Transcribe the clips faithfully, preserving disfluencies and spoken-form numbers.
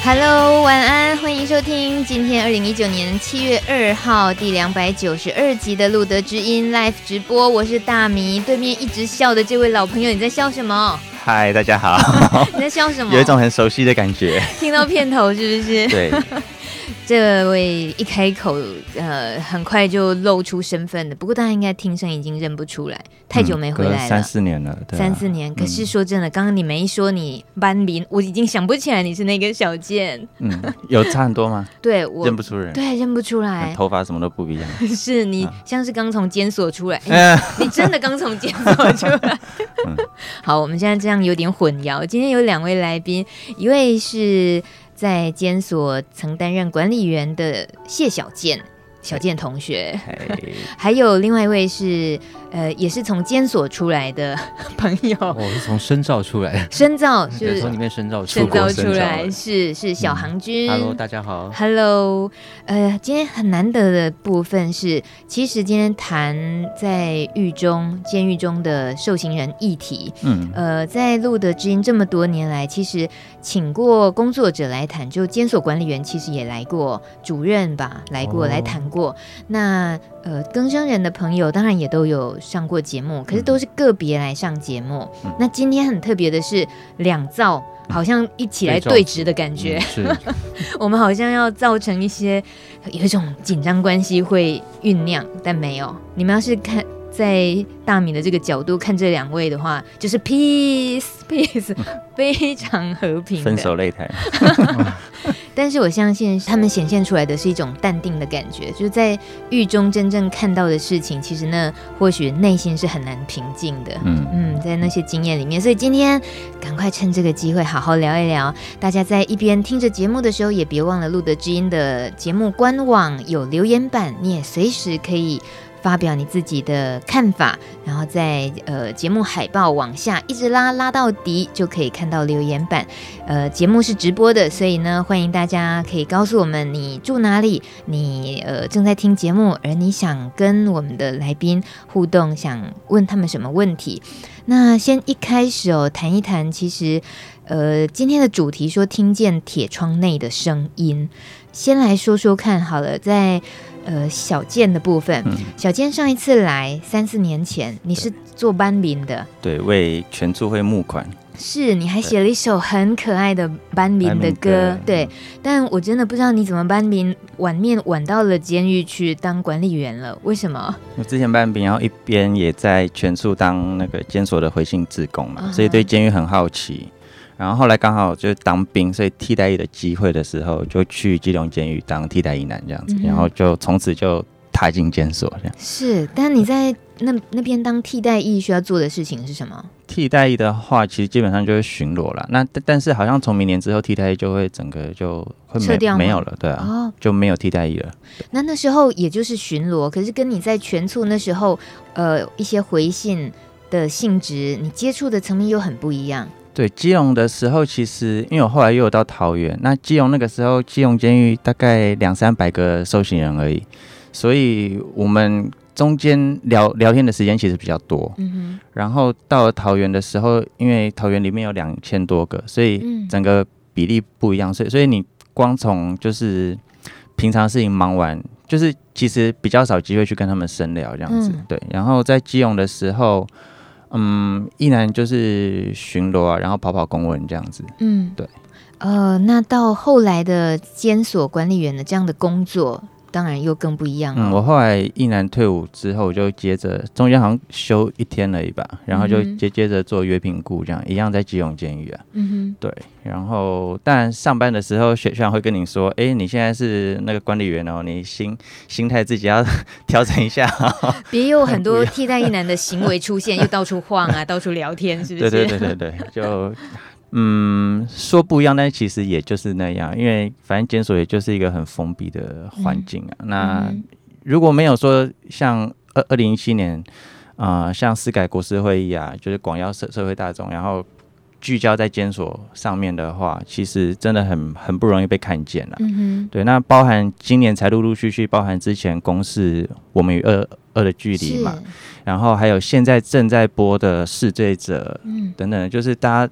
Hello， 晚安，欢迎收听今天二零一九年七月二号第两百九十二集的路德之音 Live 直播，我是大米，对面一直笑的这位老朋友，你在笑什么？ 嗨，大家好。 你在笑什么？ 有一种很熟悉的感觉。 听到片头是不是？ 对。 这位一开口，呃，很快就露出身份的。不过大家应该听声已经认不出来，太久没回来了， 嗯、三四年了，对啊、 三四年。可是说真的，刚刚、嗯、你没一说你班名，我已经想不起来你是那个小健。 嗯，有差很多吗？ 对，我认不出人。 对，认不出来， 头发什么都不一样。 是你、嗯、像是刚从监所出来，欸、你真的刚从监所出来。嗯、好，我们现在这样有点混淆。今天有两位来宾，一位是在监所曾担任管理员的谢小健，小健同学，还有另外一位是呃，也是从监所出来的朋友。 我、哦、是从深造出来的， 深造就是从里面深造深造出来，是是小航军。 嗯、Hello， 大家好。 Hello， 呃，今天很难得的部分是，其实今天谈在狱中、监狱中的受刑人议题。嗯，呃，在路德之音这么多年来，其实请过工作者来谈，就监所管理员其实也来过，主任吧来过、哦、来谈过。那呃，更生人的朋友当然也都有上过节目，可是都是个别来上节目。嗯、那今天很特别的是，两造好像一起来对峙的感觉。嗯、是，我们好像要造成一些有一种紧张关系会酝酿，但没有。你们要是看在大米的这个角度看这两位的话，就是 peace peace， 非常和平的分手擂台。 但是我相信他们显现出来的是一种淡定的感觉，就是在狱中真正看到的事情，其实呢或许内心是很难平静的。嗯嗯，在那些经验里面，所以今天赶快趁这个机会好好聊一聊。大家在一边听着节目的时候，也别忘了路德之音的节目官网有留言板，你也随时可以发表你自己的看法，然后在呃节目海报往下一直拉拉到底，就可以看到留言板。呃，节目是直播的，所以呢，欢迎大家可以告诉我们你住哪里，你呃正在听节目，而你想跟我们的来宾互动，想问他们什么问题。那先一开始哦，谈一谈，其实呃今天的主题说听见铁窗内的声音，先来说说看好了，在呃，小健的部分，嗯、小健上一次来三四年前，你是做班名的， 对，为全促会募款， 是，你还写了一首很可爱的班名的歌，对，但我真的不知道你怎么班名晚面晚到了监狱去当管理员了，为什么？ 我之前班名，然后一边也在全促当那个监所的回信志工嘛， uh-huh. 所以对监狱很好奇。然后后来刚好就当兵，所以替代役的机会的时候，就去基隆监狱当替代役男这样子，嗯、然后就从此就踏进监所这样。 是，但你在那那边当替代役需要做的事情是什么？ 替代役的话，其实基本上就是巡逻啦。那但是好像从明年之后，替代役就会整个就会没撤掉没有了，对啊、哦，就没有替代役了。 那那时候也就是巡逻，可是跟你在全促那时候，呃，一些回信的性质，你接触的层面又很不一样。 对，基隆的时候，其实因为我后来又有到桃园，那基隆那个时候，基隆监狱大概两三百个受刑人而已，所以我们中间聊聊天的时间其实比较多。嗯哼。然后到了桃园的时候，因为桃园里面有两千多个，所以整个比例不一样，所以所以你光从就是平常事情忙完，就是其实比较少机会去跟他们深聊这样子。嗯、对，然后在基隆的时候。嗯，依然就是巡逻啊，然后跑跑公文这样子。嗯，对。 呃，那到后来的监所管理员的这样的工作，当然又更不一样了。 嗯，我后来依然退伍之后，就接着中间好像休一天而已吧，然后就接接着做约评估，这样一样在基隆监狱啊。嗯哼，对。然后，当然上班的时候，学长会跟你说：“哎，你现在是那个管理员哦，你心心态自己要调整一下。” 别有很多替代役男的行为出现，又到处晃啊，到处聊天，是不是？ 对对对对对，就。嗯，说不一样，但其实也就是那样，因为反正监所也就是一个很封闭的环境啊。嗯、那如果没有说像二二零一七年，啊、呃，像司改国是会议啊，就是广邀社社会大众，然后聚焦在监所上面的话，其实真的很很不容易被看见了。嗯哼，对，那包含今年才陆陆续续，包含之前公视我们与恶恶的距离嘛，然后还有现在正在播的《试罪者》，嗯，等等，就是大家。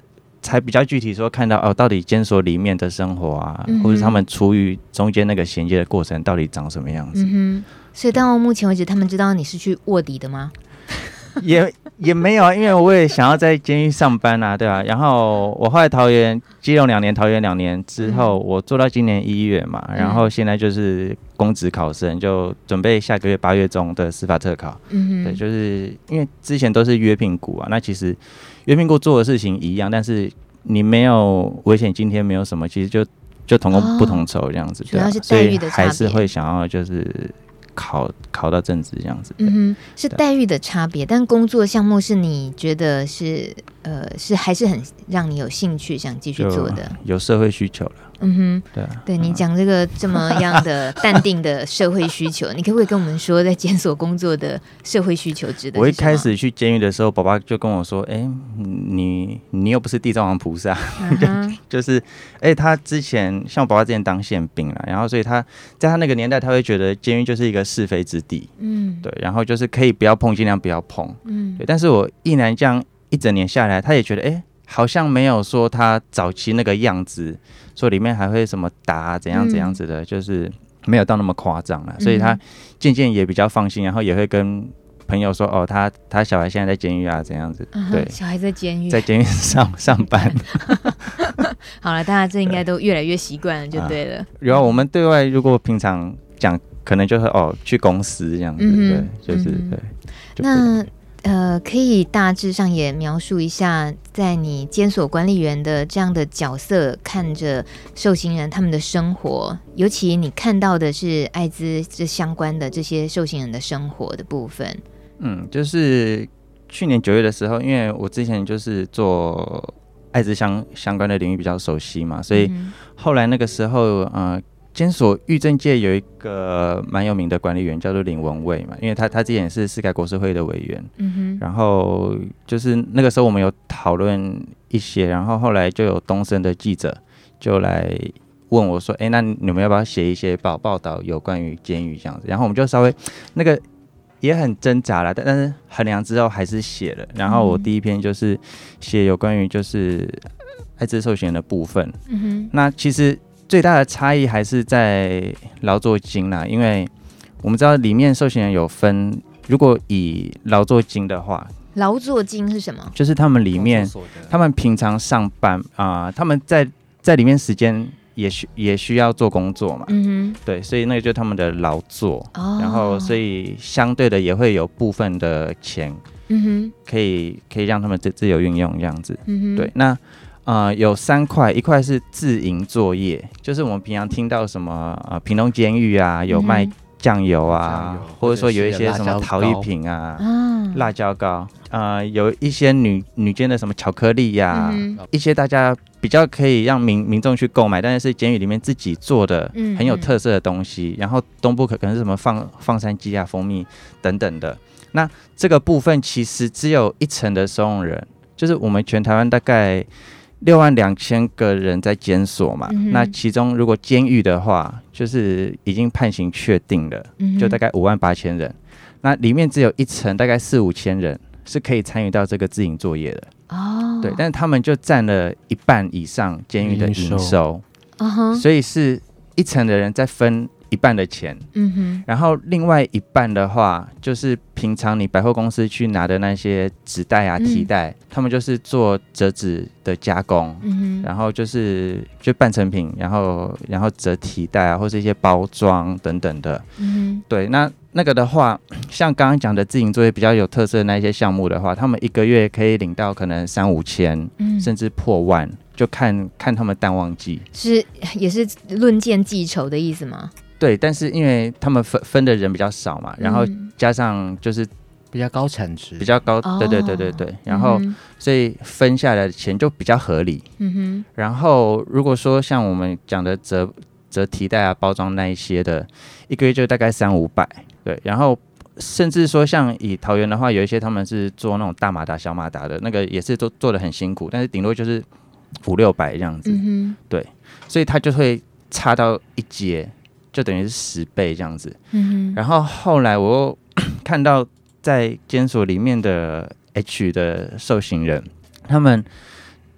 才比较具体说看到哦，到底监所里面的生活啊，嗯、或者他们处于中间那个衔接的过程到底长什么样子。 嗯哼，所以到目前为止，他们知道你是去卧底的吗？ 也也没有，因为我也想要在监狱上班啊，对吧、啊？然后我后来桃园基隆两年，桃园两年之后，嗯、我做到今年一月嘛，然后现在就是公职考生，就准备下个月八月中的司法特考。嗯，对，就是因为之前都是约聘雇啊，那其实约聘雇做的事情一样，但是你没有危险津贴，没有什么，其实就就同工不同酬这样子， 主要是待遇的差别， 还是会想要就是考考到正职这样子。 嗯哼，是待遇的差别，但工作项目是你觉得是呃是还是很让你有兴趣想继续做的， 有社会需求了。 嗯哼，对、啊，对你讲这个这么样的淡定的社会需求，你可不可以跟我们说，在监所工作的社会需求指的是什么？ 我一开始去监狱的时候，爸爸就跟我说：“哎、欸，你你又不是地藏王菩萨，嗯、就是，哎、欸，他之前像我爸爸之前当宪兵了，然后所以他在他那个年代，他会觉得监狱就是一个是非之地，嗯，对，然后就是可以不要碰，尽量不要碰，嗯，对。但是我一南这样一整年下来，他也觉得，哎、欸，好像没有说他早期那个样子。”说里面还会什么打、啊、怎样怎样子的、嗯，就是没有到那么夸张了，所以他渐渐也比较放心，然后也会跟朋友说哦，他他小孩现在在监狱啊，怎样子、嗯？对， 小孩在监狱， 在监狱上上班。 好了，大家这应该都越来越习惯了，就对了。 有、啊、我们对外如果平常讲，可能就是哦去公司这样子，嗯、对，就是、嗯、对。 那呃，可以大致上也描述一下，在你监所管理员的这样的角色，看着受刑人他们的生活，尤其你看到的是艾滋这相关的这些受刑人的生活的部分。 嗯，就是去年九月的时候，因为我之前就是做艾滋相相关的领域比较熟悉嘛，所以后来那个时候，呃。监所狱政界有一个蛮有名的管理员叫做林文蔚嘛，因为他他之前也是司改国是会的委员，嗯哼，然后就是那个时候我们有讨论一些，然后后来就有东森的记者就来问我说，哎、欸，那你们要不要写一些报报道有关于监狱这样子？然后我们就稍微那个也很挣扎啦，但但是衡量之后还是写了。然后我第一篇就是写有关于就是艾滋受刑人的部分，嗯哼，那其实。最大的差异还是在劳作金啦，因为我们知道里面受刑人有分，如果以劳作金的话， 劳作金是什么？ 就是他们里面，他们平常上班啊、呃，他们在在里面时间也需也需要做工作嘛，嗯哼，对，所以那个就是他们的劳作，哦，然后所以相对的也会有部分的钱，嗯哼，可以可以让他们自自由运用这样子，嗯哼，对，那。呃，有三块，一块是自营作业，就是我们平常听到什么呃，屏东监狱啊，有卖酱油啊、嗯，或者说有一些什么陶艺品啊，辣椒膏，呃，有一些女女监的什么巧克力呀、啊嗯，一些大家比较可以让民民众去购买，但是是监狱里面自己做的很有特色的东西。嗯、然后东部可可能是什么放放山鸡啊、蜂蜜等等的。那这个部分其实只有一成的收容人，就是我们全台湾大概。六万两千个人在监所嘛、嗯，那其中如果监狱的话，就是已经判刑确定了，嗯、就大概五万八千人。那里面只有一成，大概四五千人是可以参与到这个自营作业的。哦，对，但是他们就占了一半以上监狱的营收，嗯、所以是一成的人在分一半的钱，嗯哼，然后另外一半的话，就是平常你百货公司去拿的那些纸袋啊、提袋、嗯，他们就是做折纸的加工，嗯哼，然后就是就半成品，然后然后折提袋啊，或是一些包装等等的，嗯哼，对，那那个的话，像刚刚讲的自营作业比较有特色的那一些项目的话，他们一个月可以领到可能三五千，嗯，甚至破万，就看看他们淡旺季， 是也是论件计酬的意思吗？ 对，但是因为他们分分的人比较少嘛，然后加上就是比较高产值， 比较高，哦、对对对对对，然后、嗯、所以分下来的钱就比较合理。嗯哼。然后如果说像我们讲的折折提袋啊、包装那一些的，一个月就大概三五百。对，然后甚至说像以桃园的话，有一些他们是做那种大马达、小马达的，那个也是都做得很辛苦，但是顶多就是五六百这样子。嗯哼。对，所以他就会差到一阶。就等于是十倍这样子，嗯、然后后来我又看到在监所里面的 H 的受刑人，他们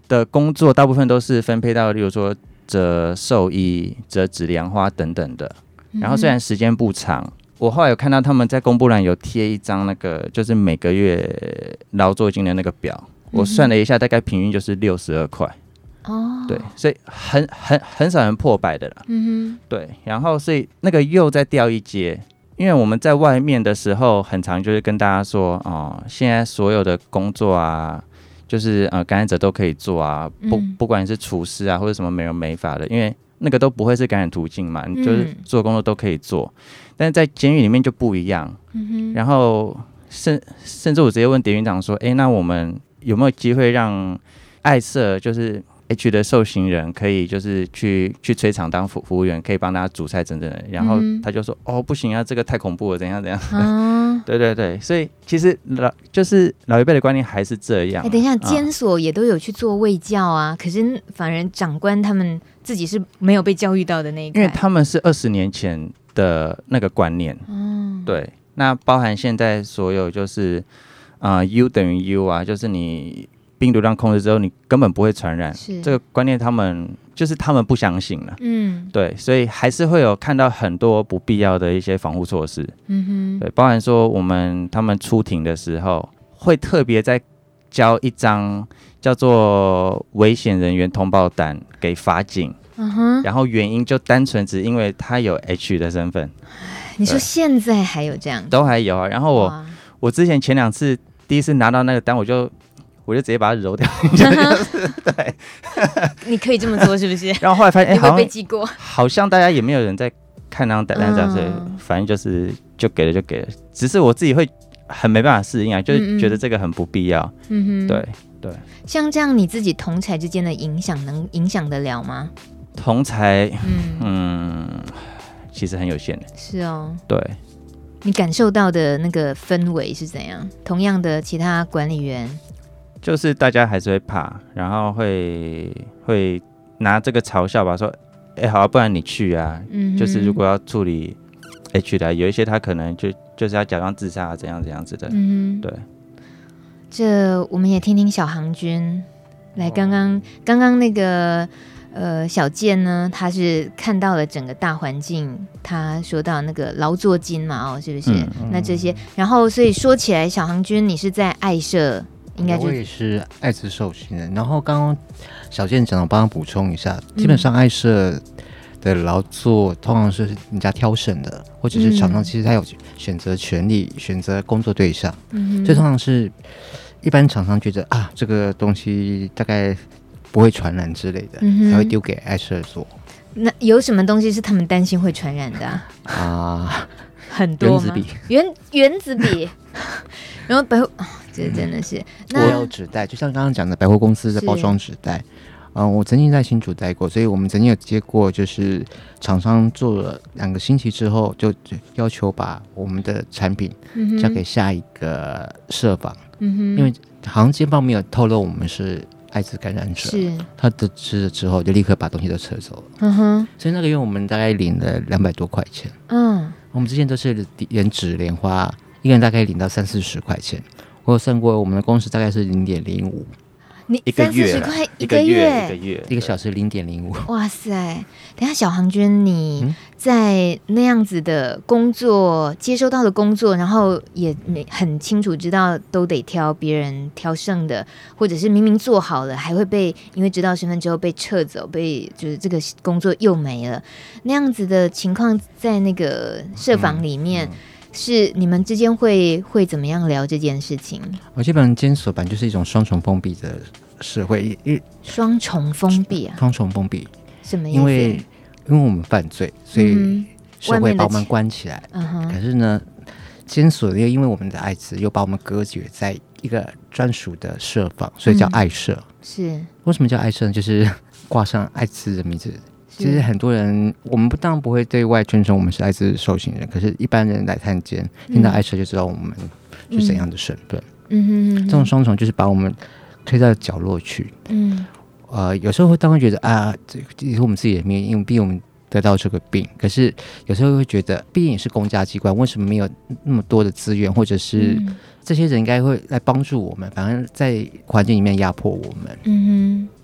的工作大部分都是分配到，例如说折寿衣、折纸莲花等等的。然后虽然时间不长，我后来有看到他们在公布栏有贴一张那个就是每个月劳作金的那个表，我算了一下，大概平均就是六十二块。哦，对，所以很很很少人破百的啦。嗯哼，对，然后所以那个又再掉一阶，因为我们在外面的时候，很常就是跟大家说，哦，现在所有的工作啊，就是呃感染者都可以做啊，不不管是厨师啊或者什么美容美发的，因为那个都不会是感染途径嘛，你就是做工作都可以做。但是在监狱里面就不一样。嗯哼，然后甚甚至我直接问典狱长说，哎，那我们有没有机会让爱舍就是H 的受刑人可以就是去去炊场当服服务员，可以帮他煮菜等等的，然后他就说、嗯、哦不行啊，这个太恐怖了，怎样怎样。啊、对对对，所以其实老就是老一辈的观念还是这样。哎， 等一下，监所也都有去做卫教啊，可是反而长官他们自己是没有被教育到的那一块， 因为他们是二十年前的那个观念。嗯，对，那包含现在所有就是啊、呃、U 等于 U 啊，就是你病毒量控制之后，你根本不会传染，这个观念他们就是他们不相信了。嗯，对，所以还是会有看到很多不必要的一些防护措施。嗯哼，对，包含说我们他们出庭的时候，会特别再交一张叫做危险人员通报单给法警。嗯哼，然后原因就单纯只因为他有 H 的身份。 你说现在还有这样？ 都还有啊。然后我我之前前两次第一次拿到那个单，我就。我就直接把它揉掉，对， 你可以这么做是不是？ 然后后来发现，哎、欸，好像被记过， 好像大家也没有人在看那张单单，所以反正就是就给了就给了，只是我自己会很没办法适应啊，就是觉得这个很不必要。嗯哼，对对。 像这样你自己同侪之间的影响，能影响得了吗？ 同侪，嗯嗯，其实很有限的。 是哦， 对。 你感受到的那个氛围是怎样？同样的，其他管理员。 就是大家还是会怕，然后会会拿这个嘲笑吧，说，哎、欸，好、啊，不然你去啊。嗯，就是如果要处理 H 的，有一些他可能就就是要假装自杀，怎样怎样子的。嗯，对。 这我们也听听小航君来，刚刚刚刚那个呃小健呢，他是看到了整个大环境，他说到那个劳作金嘛，哦，是不是？嗯嗯、那这些，然后所以说起来，小航君你是在爱舍。应该就我也是艾滋受刑人，然后刚刚小健讲，我帮他补充一下，基本上爱舍的劳作通常是人家挑选的，或者是厂商其实他有选择权利，选择工作对象，嗯，这通常是一般厂商觉得啊这个东西大概不会传染之类的，嗯、才会丢给爱舍做。 那有什么东西是他们担心会传染的啊？啊很多吗？原子笔，原原子笔，然后百货。这真的是， 我有纸袋，就像刚刚讲的百货公司的包装纸袋。嗯，我曾经在新竹待过，所以我们曾经有接过，就是厂商做了两个星期之后，就要求把我们的产品交给下一个舍房，嗯、因为好像街坊没有透露我们是艾滋感染者，是他得知了之后就立刻把东西都撤走了。嗯哼，所以那个月我们大概领了两百多块钱。嗯，我们之前都是连纸莲花，一个人大概领到三四十块钱。我有算过，我们的工时大概是零点零五， 你三四十块一个月， 一个月， 一个小时零点零五。 哇塞！等一下，小航君，你在那样子的工作、嗯、接收到的工作，然后也很清楚知道都得挑别人挑剩的，或者是明明做好了，还会被因为知道身份之后被撤走，被就是这个工作又没了，那样子的情况，在那个舍房里面。嗯嗯是你们之间会会怎么样聊这件事情？ 我基本上监所版就是一种双重封闭的社会。 双重封闭啊？ 双重封闭什么意思？ 因为因为我们犯罪，所以社会把我们关起来。嗯、可是呢，监所又因为我们的艾滋，又把我们隔绝在一个专属的舍房，所以叫爱舍。嗯、是为什么叫爱舍呢？就是挂上艾滋的名字。其实很多人，我们不当然不会对外宣称我们是艾滋受刑人，可是一般人来探监，听到爱舍就知道我们是怎样的身份。嗯哼哼，这种双重就是把我们推到角落去。嗯，呃，有时候会当然觉得啊，这也是我们自己的命运，因为毕竟我们得到这个病。可是有时候会觉得，毕竟也是公家机关，为什么没有那么多的资源，或者是这些人应该会来帮助我们，反而在环境里面压迫我们。嗯哼。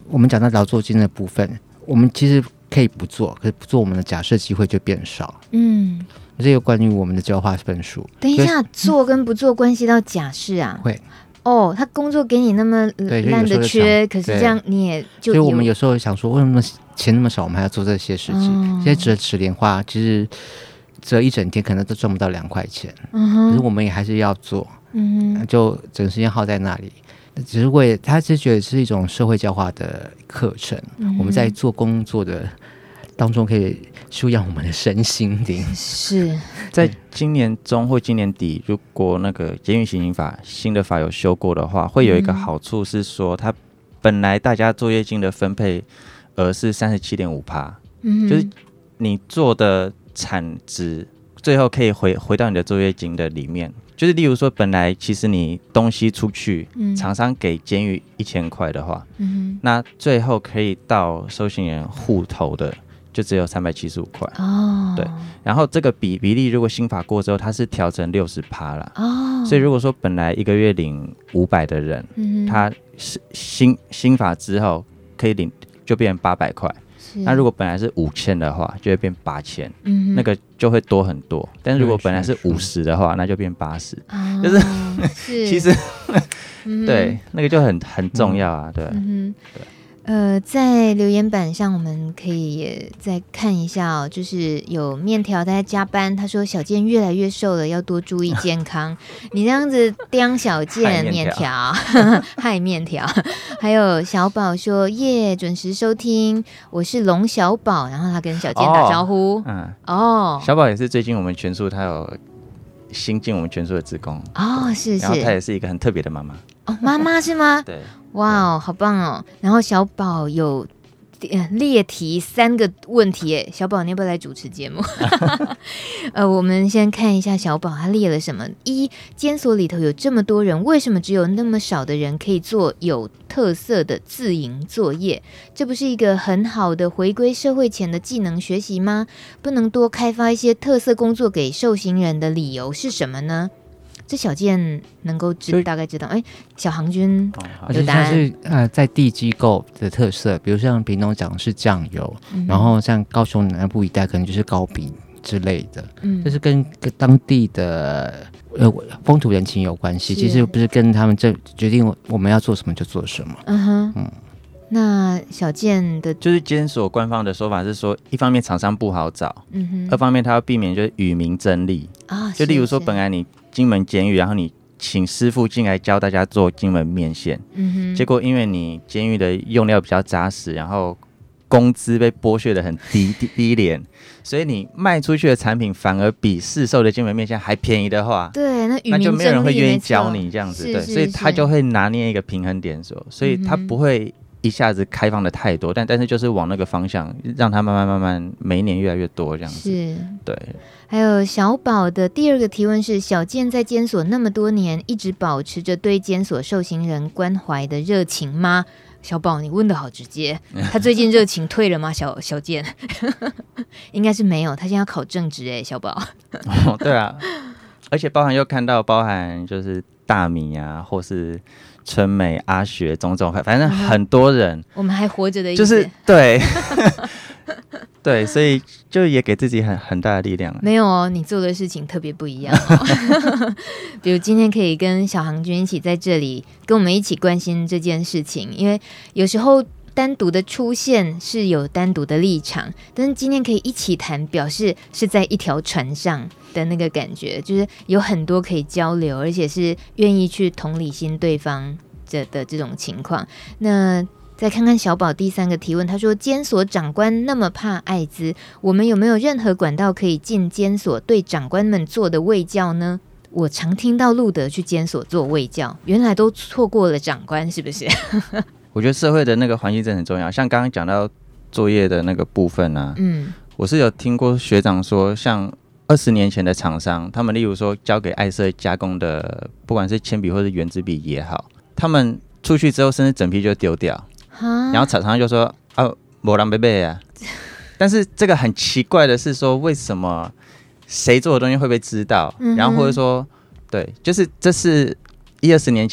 我们讲到劳作金的部分，我们其实可以不做，可是不做，我们的假设机会就变少。嗯，这个关于我们的交化分数。 等一下，做跟不做关系到假释啊？ 会。 哦，他工作给你那么烂的缺，可是这样你也就…… 所以我们有时候想说，为什么钱那么少，我们还要做这些事情？哦、现在折纸莲花，其实折一整天可能都赚不到两块钱，嗯、可是我们也还是要做，嗯，就整个时间耗在那里。只是为他是觉得是一种社会教化的课程，嗯、我们在做工作的当中可以修养我们的身心灵。 是在今年中或今年底，如果那个监狱行刑法新的法有修过的话，会有一个好处是说，它本来大家作业金的分配额是三十七点五趴，就是你做的产值最后可以回回到你的作业金的里面。就是例如说，本来其实你东西出去，嗯、厂商给监狱一千块的话，嗯、那最后可以到受刑人户头的就只有三百七十五块哦。对，然后这个比比例如果新法过之后，它是调成六十趴啦哦。所以如果说本来一个月领五百的人，嗯、他新新法之后可以领就变成八百块。那如果本来是五千的话，就会变八千，嗯，那个就会多很多。但是如果本来是五十的话，那就变八十，哦，就是其实对那个就很很重要啊，对。嗯对呃，在留言板上，我们可以也再看一下哦。就是有面条在加班，他说小健越来越瘦了，要多注意健康。你这样子刁小健面条，害面条。还有小宝说耶，准时收听，我是龙小宝，然后他跟小健打招呼。哦嗯， 哦，小宝也是最近我们全数他有新进我们全数的志工哦，是是， 然后他也是一个很特别的妈妈。 哦，妈妈是吗？ 对。 哇哦，好棒哦！然后小宝有列题三个问题耶，小宝你要不要来主持节目？呃，我们先看一下小宝他列了什么。一，监所里头有这么多人，为什么只有那么少的人可以做有特色的自营作业？这不是一个很好的回归社会前的技能学习吗？不能多开发一些特色工作给受刑人的理由是什么呢？这小健能够知大概知道，哎，小航军有答案。而且是呃，在地机构的特色，比如像屏东讲是酱油，嗯、然后像高雄南部一带可能就是糕饼之类的，嗯，这是跟跟当地的呃风土人情有关系。其实不是跟他们这决定我们要做什么就做什么。嗯哼，嗯。 那小健的就是监所官方的说法是说，一方面厂商不好找，嗯哼，二方面他要避免就是与民争利啊。就例如说，本来你金门监狱，然后你请师傅进来教大家做金门面线，嗯哼，结果因为你监狱的用料比较扎实，然后工资被剥削的很低低低廉，所以你卖出去的产品反而比市售的金门面线还便宜的话， 对，那那就没有人会愿意教你这样子，对，所以他就会拿捏一个平衡点说，所以他不会一下子开放的太多，但但是就是往那个方向，让它慢慢慢慢每一年越来越多这样子。是，对。 还有小宝的第二个提问是：小健在监所那么多年，一直保持着对监所受刑人关怀的热情吗？小宝，你问的好直接。他最近热情退了吗？小小健应该是没有，他现在要考正职哎，小宝。 哦，对啊，而且包含又看到包含就是大米啊，或是春美、阿学种种，反正很多人，嗯、 我们还活着的意思， 就是对。对，所以就也给自己很很大的力量。 没有哦，你做的事情特别不一样哦。比如今天可以跟小航军一起在这里，跟我们一起关心这件事情，因为有时候单独的出现是有单独的立场，但是今天可以一起谈，表示是在一条船上的那个感觉，就是有很多可以交流，而且是愿意去同理心对方的的这种情况。那再看看小宝第三个提问，他说监所长官那么怕艾滋，我们有没有任何管道可以进监所对长官们做的卫教呢？我常听到路德去监所做卫教，原来都错过了长官，是不是？ 我觉得社会的那个环境真的很重要，像刚刚讲到作业的那个部分啊，嗯，我是有听过学长说，像二十年前的厂商，他们例如说交给爱色加工的，不管是铅笔或是原子笔也好，他们出去之后甚至整批就丢掉。然后厂商就说啊，没人要买啊。但是这个很奇怪的是说，为什么谁做的东西会被知道？嗯、然后或者说，对，就是这是一二十年前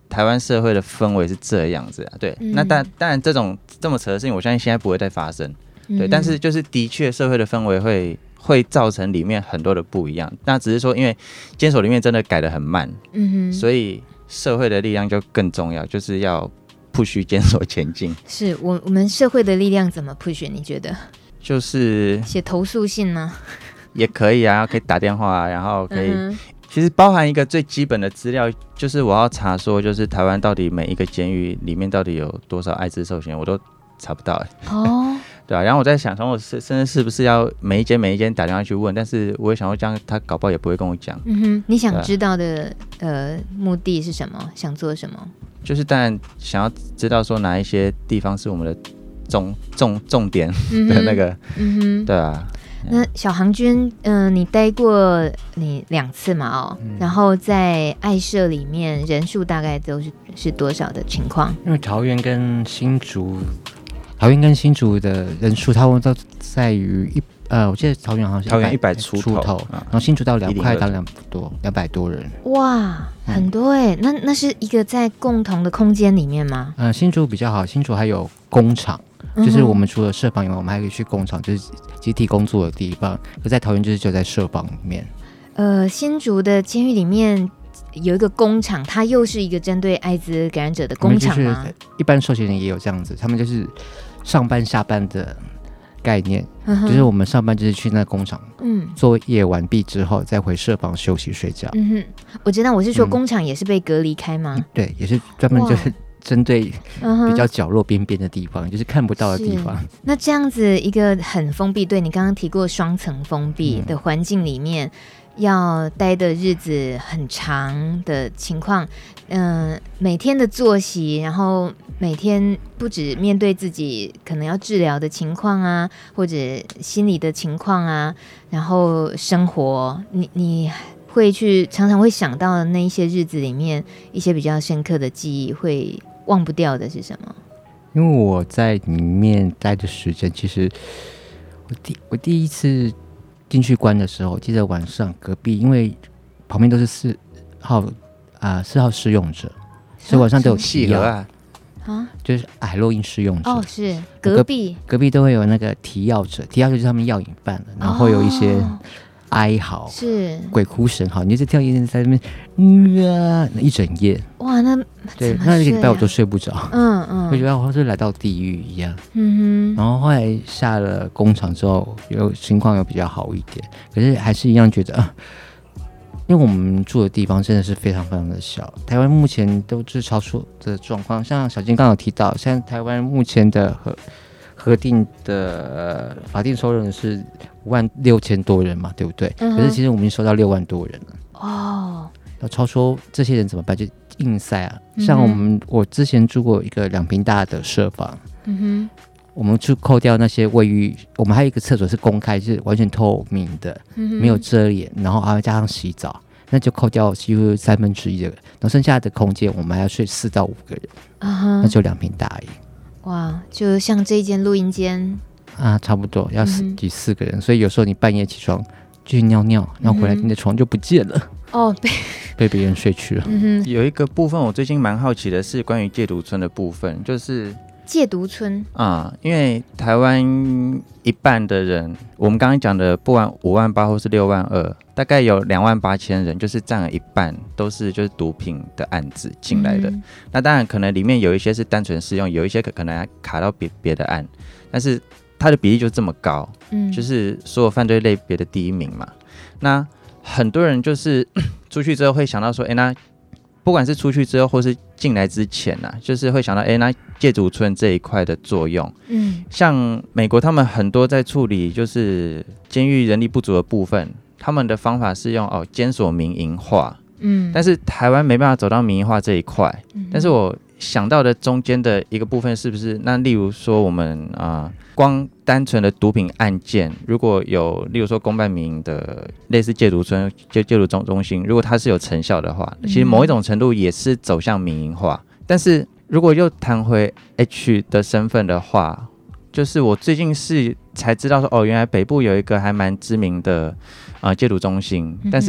台湾社会的氛围是这样子啊，对，嗯、那当当然这种这么扯的事情，我相信现在不会再发生，对，嗯、但是就是的确社会的氛围会会造成里面很多的不一样，那只是说因为监所里面真的改得很慢，嗯哼，所以社会的力量就更重要，就是要 push 监所前进。是我我们社会的力量怎么 push？ 你觉得？就是写投诉信吗？也可以啊，可以打电话啊，然后可以。嗯 其实包含一个最基本的资料，就是我要查说，就是台湾到底每一个监狱里面到底有多少艾滋受刑人，我都查不到哎、欸。哦，对啊。然后我在想，说我甚至是不是要每一间每一间打电话去问？但是我也想说，这样他搞不好也不会跟我讲。嗯哼，你想知道的、啊、呃目的是什么？想做什么？就是当然想要知道说哪一些地方是我们的重重重点的那个，嗯哼，对啊。 那小航君，嗯、呃，你待过你两次嘛？哦、嗯，然后在爱社里面人数大概都是是多少的情况？因为桃园跟新竹，桃园跟新竹的人数，他们都在于一呃，我记得桃园好像是桃园一百出头，出头啊、然后新竹到两块到两百多，两百多人。哇，很多哎、嗯！那那是一个在共同的空间里面吗？呃，新竹比较好，新竹还有工厂。 就是我们除了社房以外，我们还可以去工厂，就是集体工作的地方。可在桃园就是就在社房里面。呃，新竹的监狱里面有一个工厂，它又是一个针对艾滋感染者的工厂吗？一般受刑人也有这样子，他们就是上班下班的概念，嗯、就是我们上班就是去那工厂，嗯，作业完毕之后再回社房休息睡觉。嗯哼，我知道，我是说工厂也是被隔离开吗？嗯、对，也是专门就是 针对比较角落边边的地方， uh-huh. 就是看不到的地方。那这样子一个很封闭，对你刚刚提过双层封闭的环境里面，嗯、要待的日子很长的情况，嗯、呃，每天的作息，然后每天不止面对自己可能要治疗的情况啊，或者心理的情况啊，然后生活，你你 会去常常会想到的那一些日子里面，一些比较深刻的记忆，会忘不掉的是什么？因为我在里面待的时间，其实我第我第一次进去关的时候，我记得晚上隔壁，因为旁边都是四号啊四号试用者，所以晚上都有提药啊，啊，就是海洛因试用者。哦，是隔壁隔壁都会有那个提药者，提药者就是他们药瘾犯了，然后有一些 哀嚎，是鬼哭神嚎，你就是跳一直在那边，嗯啊，一整夜，哇，那对，那一个礼拜我都睡不着，嗯嗯，就觉得好像是来到地狱一样，嗯哼。然后后来下了工厂之后，有情况有比较好一点，可是还是一样觉得啊，因为我们住的地方真的是非常非常的小，台湾目前都是超出的状况，像小金刚有提到，现在台湾目前的和 核定的、呃、法定收容是五万六千多人嘛，对不对？嗯、可是其实我们已经收到六万多人了。哦，要超说这些人怎么办？就硬塞啊！嗯、像我们，我之前住过一个两坪大的社房，嗯哼，我们去扣掉那些卫浴，我们还有一个厕所是公开，是完全透明的，嗯、没有遮掩，然后还要加上洗澡，那就扣掉几乎三分之一的，然后剩下的空间我们还要睡四到五个人，啊、那就两坪大而已。 哇，就像这一间录音间啊，差不多要挤四个人，嗯、所以有时候你半夜起床去尿尿，然后回来你的床就不见了。哦，被被别人睡去了。嗯哼，有一个部分我最近蛮好奇的是关于戒毒村的部分，就是戒毒村啊、嗯，因为台湾一半的人，我们刚刚讲的不管五万八或是六万二，大概有两万八千人，就是占了一半都是就是毒品的案子进来的。嗯、那当然可能里面有一些是单纯适用，有一些可能还卡到别别的案，但是它的比例就这么高，嗯，就是所有犯罪类别的第一名嘛。那很多人就是出去之后会想到说，哎，那不管是出去之后或是进来之前啊，就是会想到，哎，那戒毒村这一块的作用，嗯，像美国他们很多在处理就是监狱人力不足的部分，他们的方法是用哦监所民营化，嗯，但是台湾没办法走到民营化这一块，嗯，但是我想到的中间的一个部分是不是？那例如说我们啊、呃，光单纯的毒品案件，如果有例如说公办民营的类似戒毒村、戒戒毒中中心，如果它是有成效的话，其实某一种程度也是走向民营化。但是如果又谈回 H 的身份的话，就是我最近是才知道说，哦，原来北部有一个还蛮知名的呃戒毒中心，但是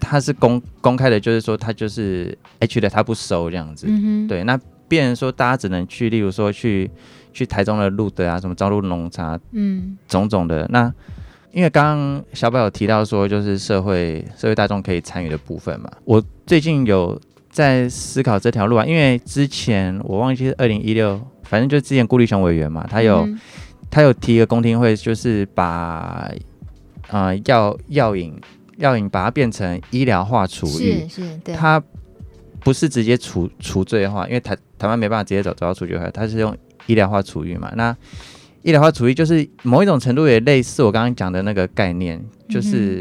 他是公公开的，就是说他就是 H 的他不收这样子，嗯、对，那变成说大家只能去，例如说去去台中的路德啊，什么朝露浓茶，嗯，种种的。那因为刚刚小宝有提到说，就是社会社会大众可以参与的部分嘛，我最近有在思考这条路啊，因为之前我忘记是二零一六，反正就之前顾立雄委员嘛，他有、嗯、他有提一个公听会，就是把呃药药瘾药瘾把它变成医疗化处遇， 是是，对， 它不是直接除除罪化，因为台台湾没办法直接走走到除罪化，它是用医疗化处遇嘛。那医疗化处遇就是某一种程度也类似我刚刚讲的那个概念，就是、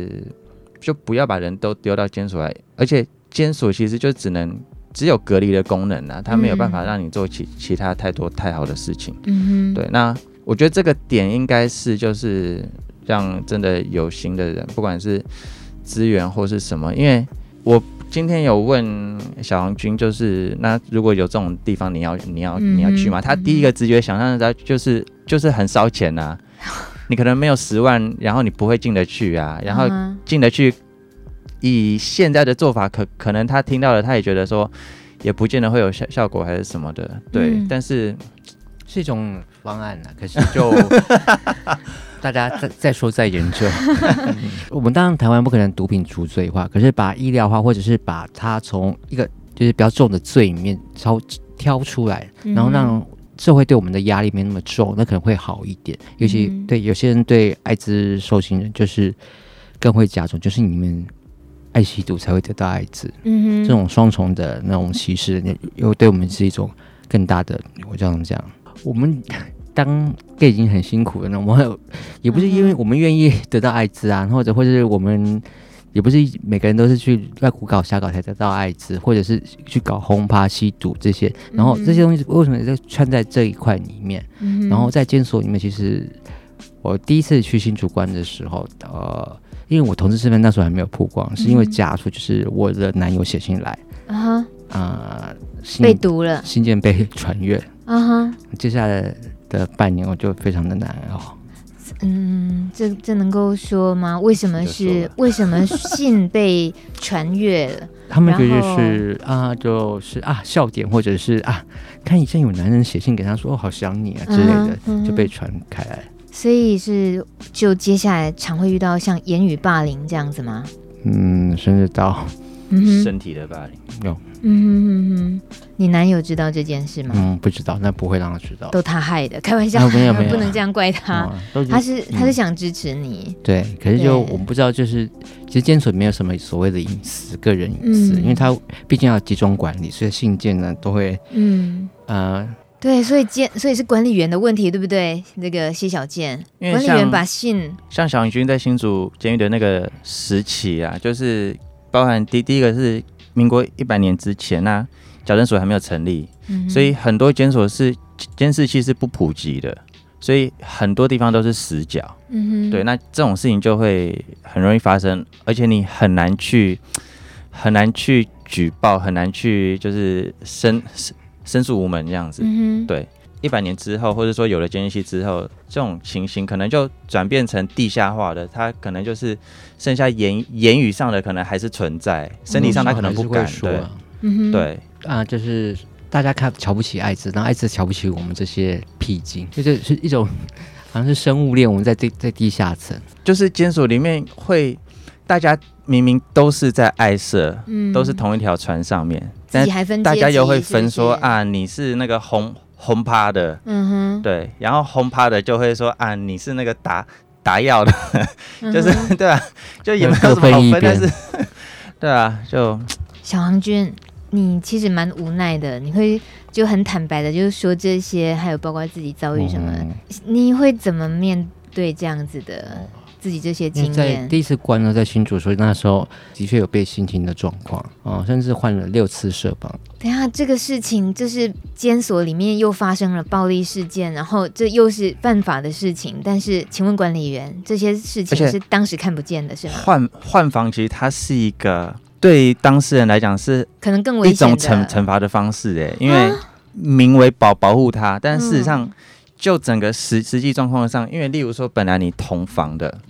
嗯、就不要把人都丢到监所来，而且监所其实就只能只有隔离的功能啊，它没有办法让你做其其他太多太好的事情。嗯哼，对，那我觉得这个点应该是就是让真的有心的人，不管是资源或是什么，因为我今天有问小黄君，就是那如果有这种地方，你要你要你要去吗？他第一个直觉想象的就是就是很烧钱啊，你可能没有十万，然后你不会进得去啊，然后进得去，以现在的做法可，可可能他听到了，他也觉得说，也不见得会有效效果还是什么的，对，嗯、但是是一种方案啊，可是就大家再再说再研究。我们当然台湾不可能毒品除罪化，可是把医疗化，或者是把它从一个就是比较重的罪里面挑挑出来，然后让社会对我们的压力没那么重，那可能会好一点。尤其对有些人对艾滋受刑人就是更会加重，就是你们爱吸毒才会得到艾滋，嗯、这种双重的那种歧视，又对我们是一种更大的，我这样讲，我们当 gay 已经很辛苦了，我们也不是因为我们愿意得到艾滋啊，或者或者是我们也不是每个人都是去在胡搞瞎搞才得到艾滋，或者是去搞轰趴吸毒这些，然后这些东西为什么在串在这一块里面？嗯、然后在监所里面，其实我第一次去新竹关的时候，呃，因为我同志身份那时候还没有曝光，是因为家属就是我的男友写信来，啊哈，啊， 被毒了， 信件被传阅， 啊哈， 接下来的半年我就非常的难熬。 嗯，这这能够说吗？为什么是为什么信被传阅了？ 他们觉得是啊，就是啊笑点，或者是啊，看以前有男人写信给他说、哦、好想你啊之类的，嗯、就被传开来。 所以是就接下来常会遇到像言语霸凌这样子吗？ 嗯，甚至到、 嗯、身体的霸凌有。 嗯哼哼哼，你男友知道这件事吗？ 嗯，不知道，那不会让他知道， 都他害的，开玩笑，啊、没有没有不能这样怪他，嗯、他是他是想支持你， 嗯、对，可是就我们不知道，就是其实监所没有什么所谓的隐私，个人隐私，嗯、因为他毕竟要集中管理，所以信件呢都会，嗯呃，对，所以监所以是管理员的问题，对不对？那个谢小健，管理员把信， 像小云君在新竹监狱的那个时期啊，就是包含第第一个是。民国一百年之前那、啊、矫正所还没有成立，嗯、所以很多监所是监视器是不普及的，所以很多地方都是死角。嗯、对，那这种事情就会很容易发生，而且你很难去很难去举报，很难去就是申申诉无门这样子。嗯、对，一百年之后，或者说有了监视器之后，这种情形可能就转变成地下化的，它可能就是剩下言言语上的可能还是存在，身体上他可能不敢说、啊。对，对啊，就是大家看瞧不起艾滋，然后艾滋瞧不起我们这些僻静，就是是一种好像是生物链，我们在地在地下层， 就是监所里面会大家明明都是在爱社，嗯、都是同一条船上面，但大家又会分说是是啊，你是那个红。轰趴的，嗯哼，对，然后轰趴的就会说啊，你是那个打打药的，就是、嗯、对啊，就也没有什么好分，但是对啊，就小黄君，你其实蛮无奈的，你会就很坦白的，就是说这些，还有包括自己遭遇什么，嗯、你会怎么面对这样子的？自己这些经验， 在第一次关呢，在新竹，所以那时候的确有被性侵的状况啊，甚至换了六次社保。 等一下，这个事情就是监所里面又发生了暴力事件，然后这又是犯法的事情，但是请问管理员，这些事情是当时看不见的，是吗？ 换换房其实它是一个对当事人来讲是可能更危险的一种惩惩罚的方式，哎，因为名为保保护他，但事实上。嗯就整个实实际状况上，因为例如说，本来你同房的，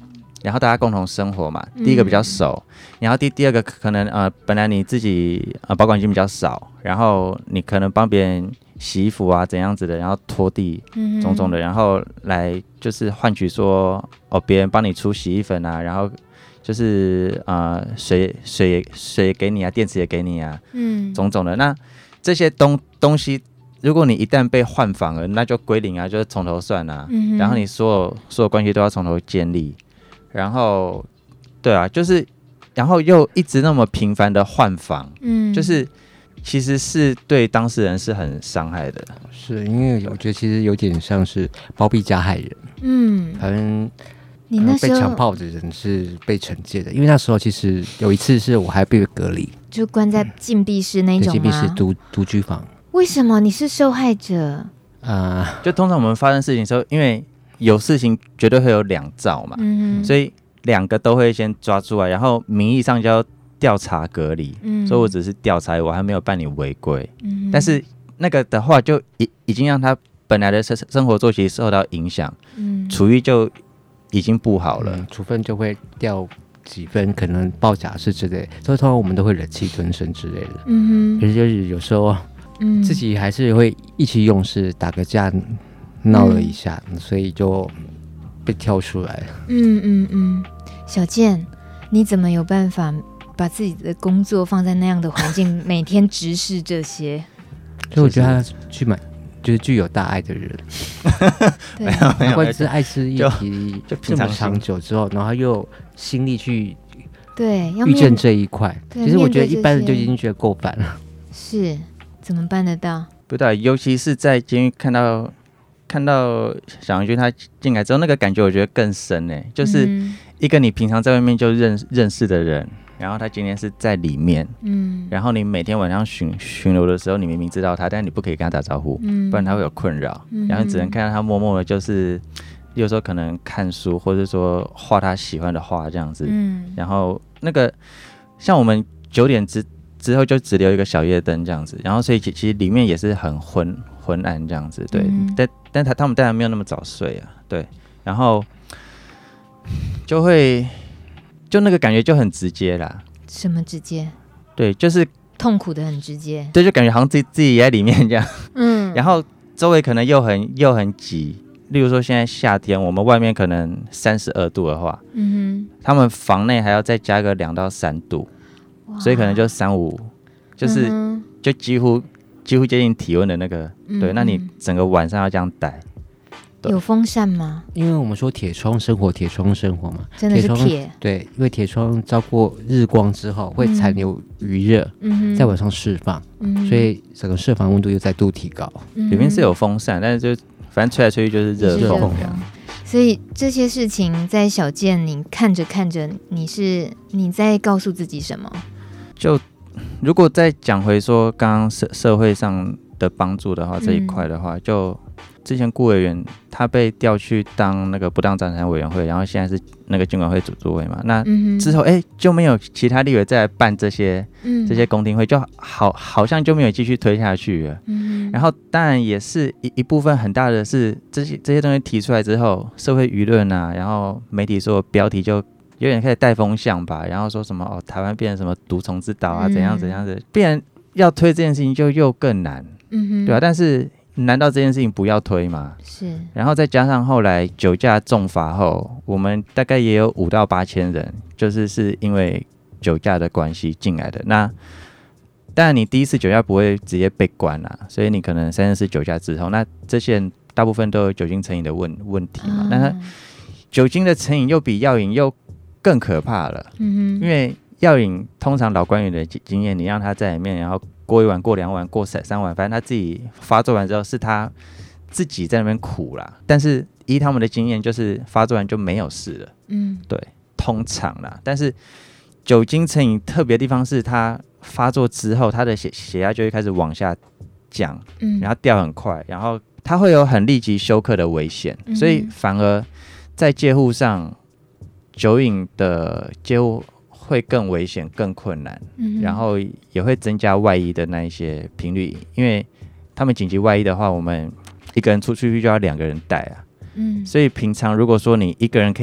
然后大家共同生活嘛，第一个比较熟，嗯、然后第第二个可能呃本来你自己呃保管金比较少，然后你可能帮别人洗衣服啊怎样子的，然后拖地种种的，然后来就是换取说哦别人帮你出洗衣粉啊，然后就是呃水水水也给你啊，电池也给你啊，嗯，种种的。那这些东东西，如果你一旦被换房了，那就归零啊，就是从头算啊。嗯、然后你所有所有关系都要从头建立，然后对啊，就是然后又一直那么频繁的换房，嗯，就是其实是对当事人是很伤害的。 是因为我觉得其实有点像是包庇加害人，嗯，反正。你那时候被强暴的人是被惩戒的，因为那时候其实有一次是我还被隔离， 就关在禁闭室那种吗？ 禁闭室独独居房。 为什么你是受害者？ 呃，就通常我们发生事情的时候，因为有事情绝对会有两造嘛，嗯、所以两个都会先抓出来，然后名义上叫调查隔离，嗯、所以我只是调查，我还没有办理违规，嗯、但是那个的话就已已经让他本来的生生活作息受到影响，嗯、处于就。已经不好了， 嗯、处分就会掉几分，可能报假释之类，所以通常我们都会忍气吞声之类的。嗯哼，可是就是有时候，嗯，自己还是会意气用事，打个架闹了一下，嗯、所以就被挑出来了。 嗯嗯嗯，小健，你怎么有办法把自己的工作放在那样的环境，每天直视这些？ 所以我觉得他去买。就是具有大爱的人， 没有没有， 或者是爱吃议题这么长久之后，然后又有心力去对遇见这一块，其实我觉得一般人就已经觉得够烦了。 是，怎么办得到？ 不对，尤其是在监狱看到看到小杨君他进来之后，那个感觉我觉得更深呢，就是一个你平常在外面就认认识的人。然后他今天是在里面，嗯，然后你每天晚上巡巡逻的时候，你明明知道他，但是你不可以跟他打招呼，嗯，不然他会有困扰，嗯，然后你只能看到他默默的，就是有时候可能看书，或者说画他喜欢的画这样子，嗯，然后那个像我们九点之之后就只留一个小夜灯这样子，然后所以其其实里面也是很昏昏暗这样子，对，嗯、但但他他们当然没有那么早睡啊，对，然后就会。就那个感觉就很直接啦。 什么直接？ 对，就是痛苦的很直接。 对，就感觉好像自己自己也在里面这样。嗯。然后周围可能又很又很挤，例如说现在夏天，我们外面可能三十二度的话，嗯哼，他们房内还要再加个两到三度，所以可能就三五，就是、嗯、就几乎几乎接近体温的那个。嗯、对，那你整个晚上要这样待。 有风扇吗？ 因为我们说铁窗生活，铁窗生活嘛， 真的是铁。 对，因为铁窗照过日光之后会残留余热，嗯、在晚上释放，嗯、所以整个设房温度又再度提高。 嗯、里面是有风扇，但是就反正吹来吹去就是热风。 所以这些事情在小健你看着看着，你是你在告诉自己什么？ 就如果再讲回说刚刚社社会上的帮助的话，这一块的话，嗯、就。之前顾委员他被调去当那个不当财产委员会，然后现在是那个金管会主主委嘛。那之后哎、欸、就没有其他立委再来办这些、嗯、这些公听会，就好好像就没有继续推下去了。嗯、然后当然也是一一部分很大的是这些这些东西提出来之后，社会舆论啊，然后媒体所有标题就有点开始带风向吧，然后说什么哦台湾变成什么毒虫之岛啊，怎样怎样的，变然要推这件事情就又更难，嗯、对啊，但是。难道这件事情不要推吗？ 是，然后再加上后来酒驾重罚后，我们大概也有五到八千人，就是是因为酒驾的关系进来的。那当然，你第一次酒驾不会直接被关啦，所以你可能三次酒驾之后，那这些人大部分都有酒精成瘾的问问题嘛。那、嗯、酒精的成瘾又比药瘾又更可怕了，嗯、因为药瘾通常老官员的经验，你让他在里面，然后。过一晚，过两晚，过三晚，反正他自己发作完之后，是他自己在那边苦啦。但是依他们的经验，就是发作完就没有事了。嗯，对，通常啦。但是酒精成瘾特别的地方是，他发作之后，他的血血压就会开始往下降，嗯，然后掉很快，然后他会有很立即休克的危险，嗯、所以反而在戒护上，酒瘾的戒护。会更危险、更困难，嗯、然后也会增加外溢的那一些频率，因为他们紧急外溢的话，我们一个人出去就要两个人带啊，嗯，所以平常如果说你一个人可以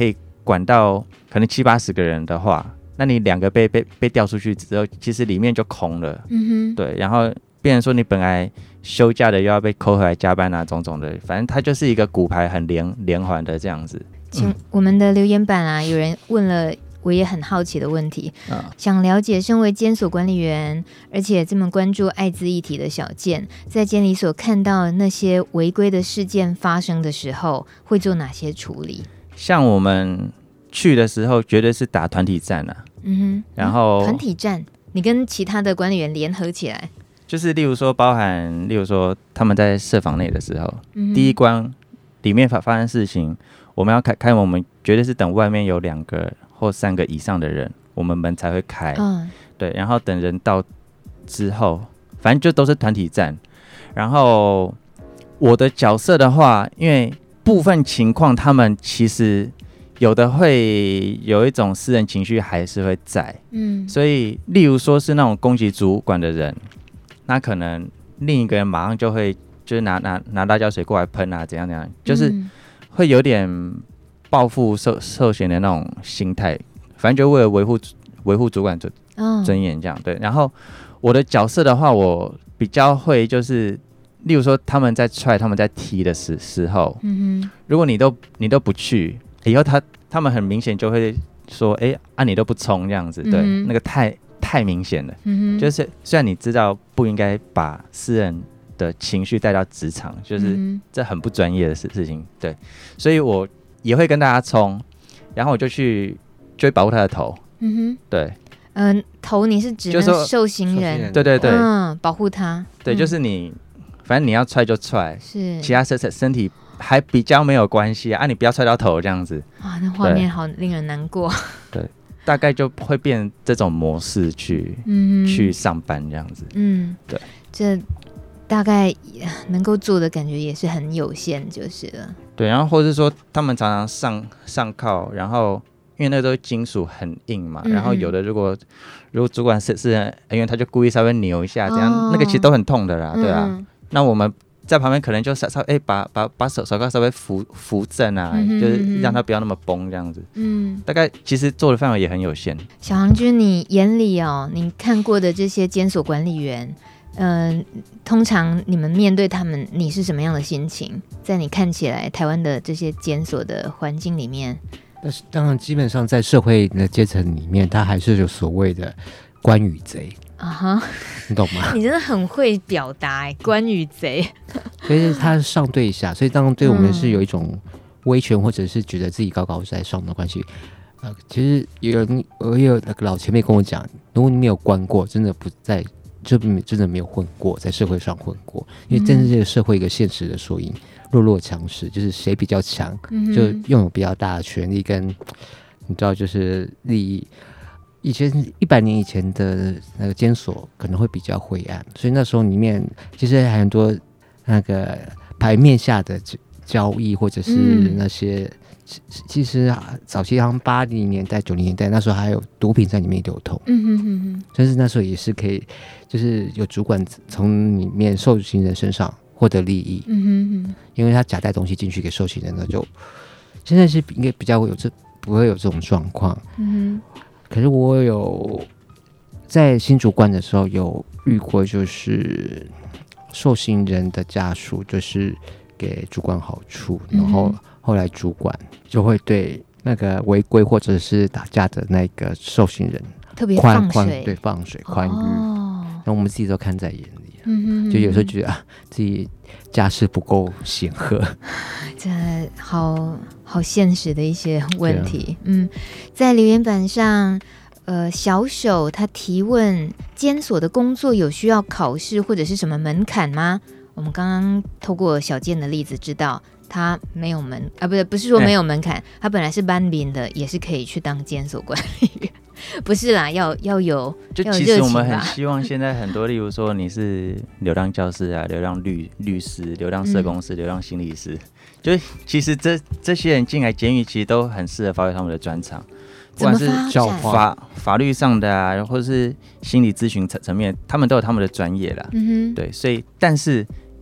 管到可能七八十个人的话，那你两个被被被调出去之后，其实里面就空了。嗯哼，对，然后变成说你本来休假的又要被扣回来加班啊，种种的，反正它就是一个骨牌很连连环的这样子。 请、嗯、我们的留言板啊，有人问了我也很好奇的问题、啊、想了解身为监所管理员，而且这么关注艾滋议题的小健，在监理所看到那些违规的事件发生的时候，会做哪些处理？ 像我们去的时候绝对是打团体战啊，嗯哼，然后团体战，你跟其他的管理员联合起来， 就是例如说包含，例如说他们在设房内的时候，嗯、第一关里面发发生事情，我们要开开门，我们绝对是等外面有两个或三个以上的人，我们门才会开，嗯，对，然后等人到之后，反正就都是团体战。然后我的角色的话，因为部分情况他们其实有的会有一种私人情绪还是会在，嗯，所以例如说是那种攻击主管的人，那可能另一个人马上就会就是拿拿拿辣椒水过来喷啊，怎样怎样，就是会有点报复受受刑的那种心态，反正就为了维护维护主管尊尊严这样，对。然后我的角色的话，我比较会就是。例如说他们在踹他们在踢的时时候、嗯、如果你都你都不去，以后他他们很明显就会说哎、欸、啊你都不冲这样子，对、嗯、那个太太明显了、嗯、就是虽然你知道不应该把私人的情绪带到职场，就是这很不专业的事事情，对，所以我也会跟大家冲，然后我就去就会保护他的头，嗯哼，对， 嗯、呃，头你是指那受刑人， 对对对， 嗯，保护他， 对， 嗯、 就是你。反正你要踹就踹， 是其他身身体还比较没有关系 啊, 啊，你不要踹到头这样子。 哇，那画面好令人难过。 对，大概就会变这种模式去、嗯、去上班这样子。嗯，对， 这大概能够做的感觉也是很有限，就是了。 对，然后或是说他们常常上上铐，然后因为那个都是金属很硬嘛，嗯、然后有的如果如果主管是是人员，他就故意稍微扭一下，这样、哦、那个其实都很痛的啦，对啊。嗯，那我们在旁边可能就稍稍哎、欸、把把把手手铐稍微扶扶正啊、嗯，就是让它不要那么崩这样子。嗯，大概其实做的范围也很有限。 小航君，你眼里哦，你看过的这些监所管理员，嗯、呃，通常你们面对他们，你是什么样的心情？在你看起来，台湾的这些监所的环境里面， 但是当然，基本上在社会的阶层里面，它还是有所谓的官与贼。啊哈，你懂吗？ 你真的很会表达哎，官与贼。 所以他是上对下，所以当然对我们是有一种威权，或者是觉得自己高高在上的关系。呃，其实有人我有那个老前辈跟我讲，如果你没有关过，真的不在，就真的没有混过，在社会上混过，因为正是这个社会一个现实的缩影，弱肉强食，就是谁比较强，就拥有比较大的权利跟你知道就是利益。以前一百年以前的那个监所可能会比较灰暗，所以那时候里面其实还很多那个牌面下的交易，或者是那些、嗯、其实早期好像八零年代九零年代那时候还有毒品在里面流通，嗯哼哼哼，但是那时候也是可以，就是有主管从里面受刑人身上获得利益，嗯哼哼，因为他夹带东西进去给受刑人，那就现在是应该比较会有这不会有这种状况，嗯哼。可是我有在新主管的时候有遇过，就是受刑人的家属就是给主管好处，嗯、然后后来主管就会对那个违规或者是打架的那个受刑人特别放水， 对放水宽裕，哦，然后我们自己都看在眼里，嗯哼哼，就有时候觉得啊自己家世不够显赫， 这好好现实的一些问题。嗯，在留言板上，呃，小手他提问：监所的工作有需要考试或者是什么门槛吗？我们刚刚透过小健的例子知道，他没有门啊，不是不是说没有门槛，欸、他本来是班兵的，也是可以去当监所管理员。不是啦，要要有， 就其实我们很希望现在很多，例如说你是流浪教师啊、流浪律律师、流浪社工师、嗯、流浪心理师，就其实这这些人进来监狱，其实都很适合发挥他们的专长，不管是法法律上的啊，或者是心理咨询层面，他们都有他们的专业啦。嗯哼，对，所以但是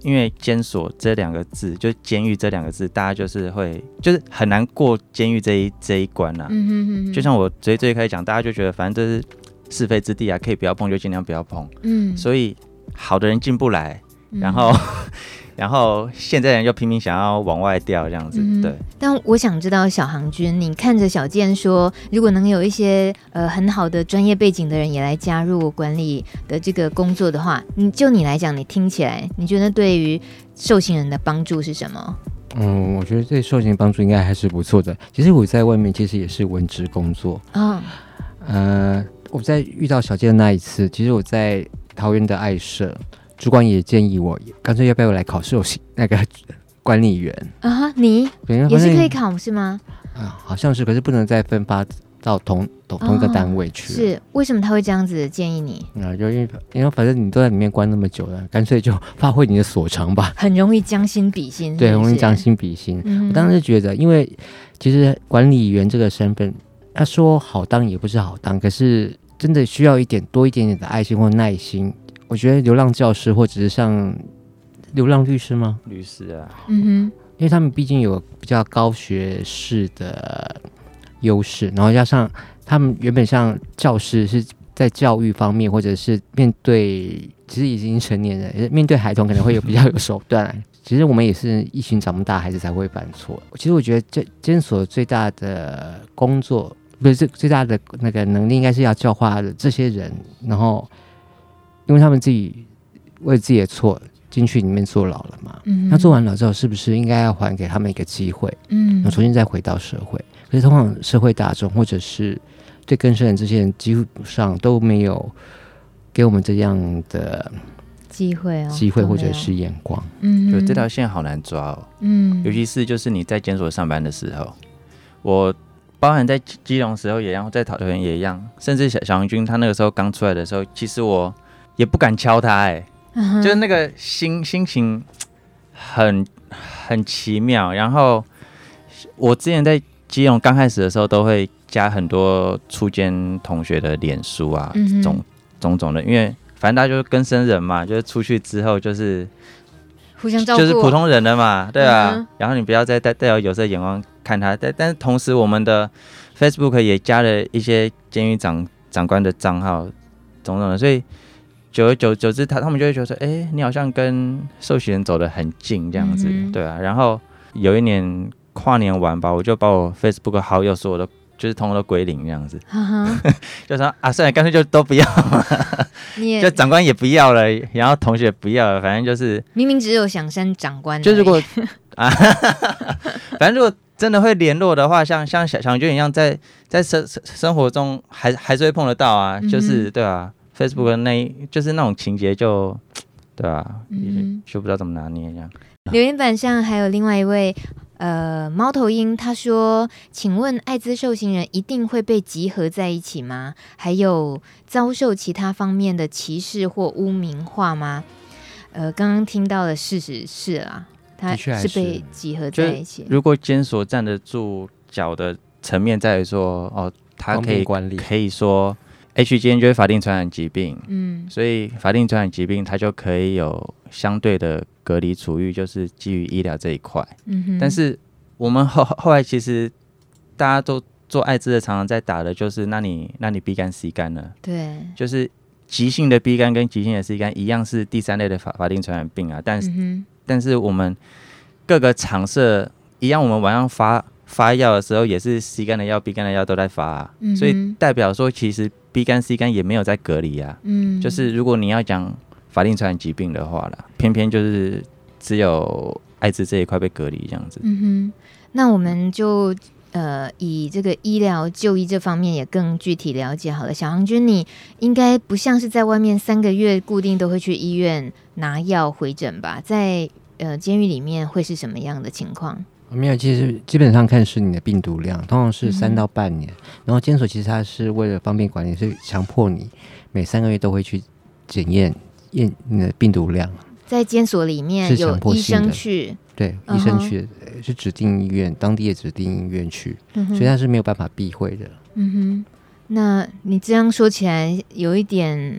因为监所这两个字，就是监狱这两个字，大家就是会就是很难过监狱这一这一关啊。嗯哼哼哼，就像我最最开始讲，大家就觉得反正这是是非之地啊，可以不要碰就尽量不要碰。嗯，所以好的人进不来，然后。嗯然后现在人就拼命想要往外调这样子，嗯、对。 但我想知道小航君，你看着小健说，如果能有一些呃很好的专业背景的人也来加入管理的这个工作的话，你就你来讲，你听起来你觉得对于受刑人的帮助是什么？ 嗯，我觉得对受刑帮助应该还是不错的。其实我在外面其实也是文职工作啊、哦，呃，我在遇到小健的那一次，其实我在桃园的爱社。主管也建议我，干脆要不要来考受刑那个管理员啊？你也是可以考是吗？ 啊，好像是，可是不能再分发到同同同一个单位去、哦。 是为什么他会这样子建议你？ 啊，就因为因为反正你都在里面关那么久了，干脆就发挥你的所长吧。 很容易将心比心是不是， 对，容易将心比心。嗯、我当时觉得，因为其实管理员这个身份，他说好当也不是好当，可是真的需要一点多一点点的爱心或耐心。我觉得流浪教师或者是像流浪律师吗？ 律师啊， 嗯哼， 因为他们毕竟有比较高学士的优势，然后加上他们原本像教师是在教育方面，或者是面对其实已经成年人，面对孩童可能会有比较有手段。其实我们也是一群长不大孩子才会犯错。其实我觉得这监所最大的工作，不是最大的那个能力，应该是要教化这些人，然后。因为他们自己为自己的错进去里面坐牢了嘛，嗯，那坐完牢之后，是不是应该要还给他们一个机会，嗯，然后重新再回到社会？可是通常社会大众或者是对更生人这些人，基本上都没有给我们这样的机会哦， 机会或者是眼光， 嗯，就这条线好难抓哦，嗯，尤其是就是你在监所上班的时候，我。包含在基隆的时候也一样，在桃园也一样，甚至小小航君他那个时候刚出来的时候，其实我也不敢敲他、欸，哎、uh-huh. 就是那个心心情很很奇妙。然后我之前在基隆刚开始的时候，都会加很多初监同学的脸书啊，嗯、种种种的，因为反正大家就是更生人嘛，就是出去之后就是互相照顾， 就是普通人了嘛，对啊。Uh-huh. 然后你不要再带带有有色眼光。看他，但但是同时，我们的 Facebook 也加了一些监狱长长官的账号，种种的，所以久而久久之，他他们就会觉得说，哎、欸，你好像跟受刑人走得很近这样子，嗯、对啊。然后有一年跨年完吧，我就把我 Facebook 好友所有的就是通通都归零这样子，就说啊，算了，干脆就都不要了，就长官也不要了，然后同学也不要了，反正就是明明只有想删长官， 就如果啊，反正如果。真的会联络的话，像像小小娟一样在，在在生生活中还还是会碰得到啊，嗯、就是对啊 ，Facebook 的那就是那种情节就，对啊，嗯、就不知道怎么拿捏这样。 留言板上还有另外一位呃猫头鹰，他说：“请问艾滋受刑人一定会被集合在一起吗？还有遭受其他方面的歧视或污名化吗？”呃，刚刚听到的事实是啦。他是被集合在一起。 如果监所站得住脚的层面在于说，哦，他可以管理， 可以说 H 基因就是法定传染疾病，嗯，所以法定传染疾病它就可以有相对的隔离处遇，就是基于医疗这一块。嗯哼，但是我们后后来其实大家都做艾滋的，常常在打的就是，那你那你 B 肝 C 肝呢？对，就是急性的 B 肝跟急性的 C 肝一样是第三类的法法定传染病啊，但是。嗯但是我们各个场社一样，我们晚上发发药的时候，也是 C 肝的药、B 肝的药都在发、啊嗯，所以代表说，其实 B 肝、C 肝也没有在隔离啊。嗯，就是如果你要讲法定传染疾病的话啦，偏偏就是只有艾滋这一块被隔离这样子。 嗯哼，那我们就呃以这个医疗就医这方面也更具体了解好了。小航君，你应该不像是在外面三个月固定都会去医院拿药回诊吧？在呃监狱里面会是什么样的情况？ 没有，其实基本上看是你的病毒量，通常是三到半年。嗯、然后监所其实它是为了方便管理，是强迫你每三个月都会去检验验你的病毒量。 在监所里面有医生去， 对，医生去、uh-huh. 是指定医院，当地的指定医院去，嗯、所以它是没有办法避讳的。 嗯哼，那你这样说起来有一点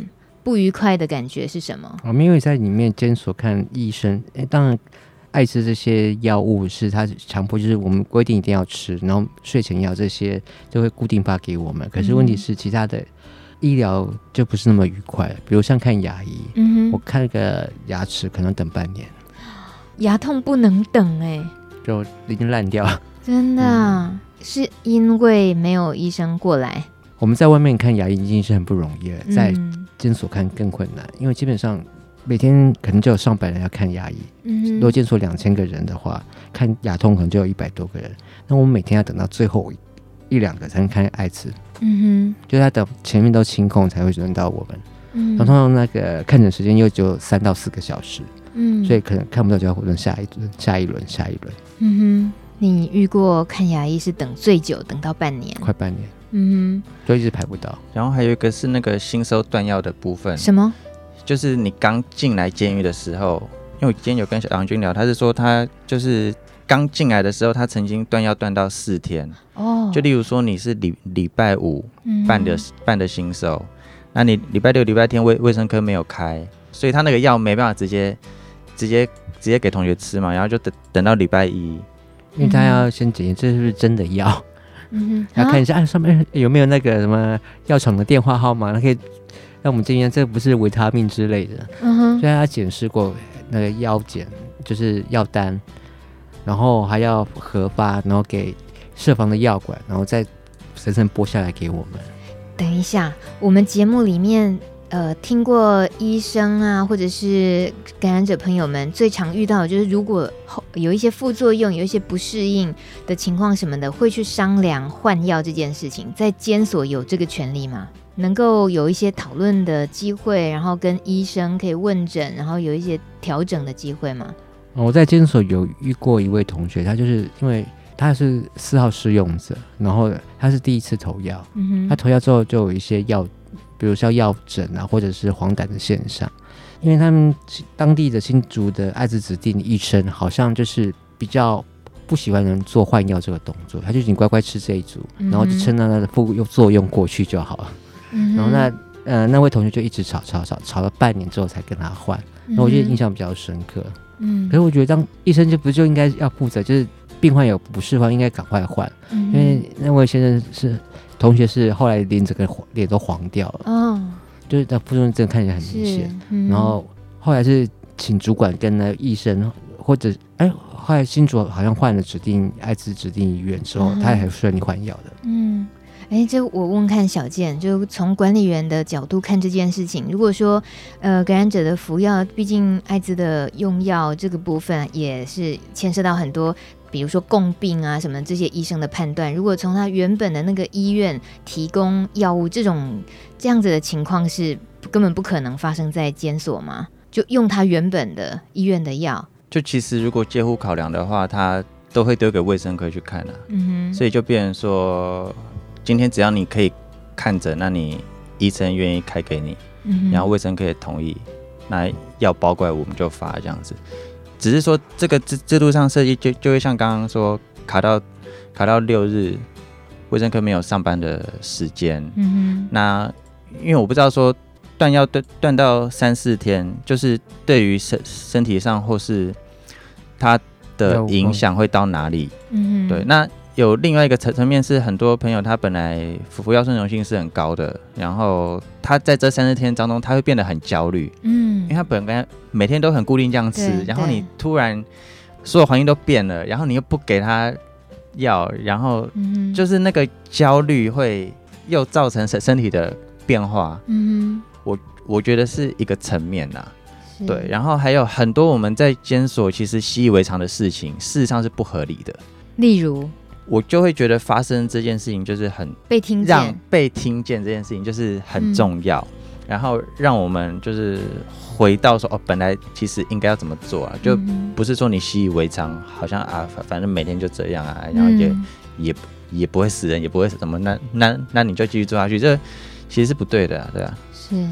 不愉快的感觉是什么？ 我们因为在里面监所看医生，哎，当然艾滋这些药物是他强迫，就是我们规定一定要吃，然后睡前药这些就会固定发给我们。可是问题是其他的医疗就不是那么愉快，比如像看牙医，嗯、我看那个牙齿可能等半年， 牙痛不能等哎、欸， 就已经烂掉了。 真的、啊嗯、是因为没有医生过来。 我们在外面看牙医已经是很不容易了，在监所看更困难，因为基本上每天可能就有上百人要看牙医。嗯，如果监所两千个人的话，看牙痛可能就有一百多个人。那我们每天要等到最后一两个才能看艾滋。嗯哼，就是要等前面都清空才会轮到我们。嗯，然后通常那个看诊时间又只有三到四个小时。嗯，所以可能看不到就要轮下一轮、下一轮、下一轮。嗯哼，你遇过看牙医是等最久，等到半年？ 快半年。嗯哼，就一直排不到。 然后还有一个是那个新收断药的部分。 什么？ 就是你刚进来监狱的时候，因为我今天有跟小杨军聊，他是说他就是刚进来的时候，他曾经断药断到四天。哦。就例如说你是礼礼拜五办的、嗯、办的新收，那你礼拜六、礼拜天卫卫生科没有开，所以他那个药没办法直接直接直接给同学吃嘛，然后就等等到礼拜一， 因为他要先检验这是不是真的药。嗯哼，要看一下、啊、上面有没有那个什么药厂的电话号码，那可以让我们检验这不是维他命之类的。嗯哼，所以他检视过那个药检，就是药单，然后还要核发，然后给设防的药管，然后再层层剥下来给我们。 等一下，我们节目里面呃听过医生啊，或者是感染者朋友们最常遇到的就是如果有一些副作用，有一些不适应的情况什么的，会去商量换药这件事情。在监所有这个权利吗？能够有一些讨论的机会，然后跟医生可以问诊，然后有一些调整的机会吗？ 我在监所有遇过一位同学，他就是因为他是四号试用者，然后他是第一次投药、嗯、他投药之后就有一些药，比如像药疹啊，或者是黄疸的现象。因为他们当地的新竹的艾滋指定医生好像就是比较不喜欢人做换药这个动作，他就你乖乖吃这一组、嗯、然后就撑到他的副作用过去就好了、嗯、然后那呃那位同学就一直吵吵吵吵了半年之后才跟他换，然后我觉得印象比较深刻。嗯，可是我觉得当医生就不就应该要负责，就是病患有不适换应该赶快换、嗯、因为那位先生是同学是后来连整个脸都黄掉了。哦，就是那副作用真的看起来很明显、嗯、然后后来是请主管跟那医生，或者哎，后来新竹好像换了指定艾滋指定医院之后、嗯、他还顺利换药的。 嗯，哎，这我问看小健，就从管理员的角度看这件事情，如果说呃感染者的服药，毕竟艾滋的用药这个部分也是牵涉到很多比如说共病啊什么这些医生的判断，如果从他原本的那个医院提供药物，这种这样子的情况是根本不可能发生在监所吗？就用他原本的医院的药， 就其实如果介乎考量的话，他都会丢给卫生科去看啊。嗯哼，所以就变成说今天只要你可以看诊，那你医生愿意开给你、嗯、然后卫生科也同意，那药包过来我们就发这样子。只是说这个制度上设计 就, 就会像刚刚说卡到卡到六日，卫生科没有上班的时间、嗯、那因为我不知道说断药断到三四天，就是对于 身, 身体上或是它的影响会到哪里、嗯、对。那有另外一个层面是很多朋友他本来服药顺从性是很高的，然后他在这三四天当中他会变得很焦虑，嗯，因为他本来每天都很固定这样吃，然后你突然所有环境都变了，然后你又不给他药，然后就是那个焦虑会又造成身体的变化，嗯，我我觉得是一个层面啦，对。然后还有很多我们在监所其实习以为常的事情，事实上是不合理的， 例如我就会觉得发生这件事情就是很被听见， 让被听见这件事情就是很重要、嗯、然后让我们就是回到说哦，本来其实应该要怎么做啊，就不是说你习以为常，好像啊反正每天就这样啊，然后也、嗯、也也不会死人，也不会什么，那那那你就继续做下去，这其实是不对的、啊、对啊。 是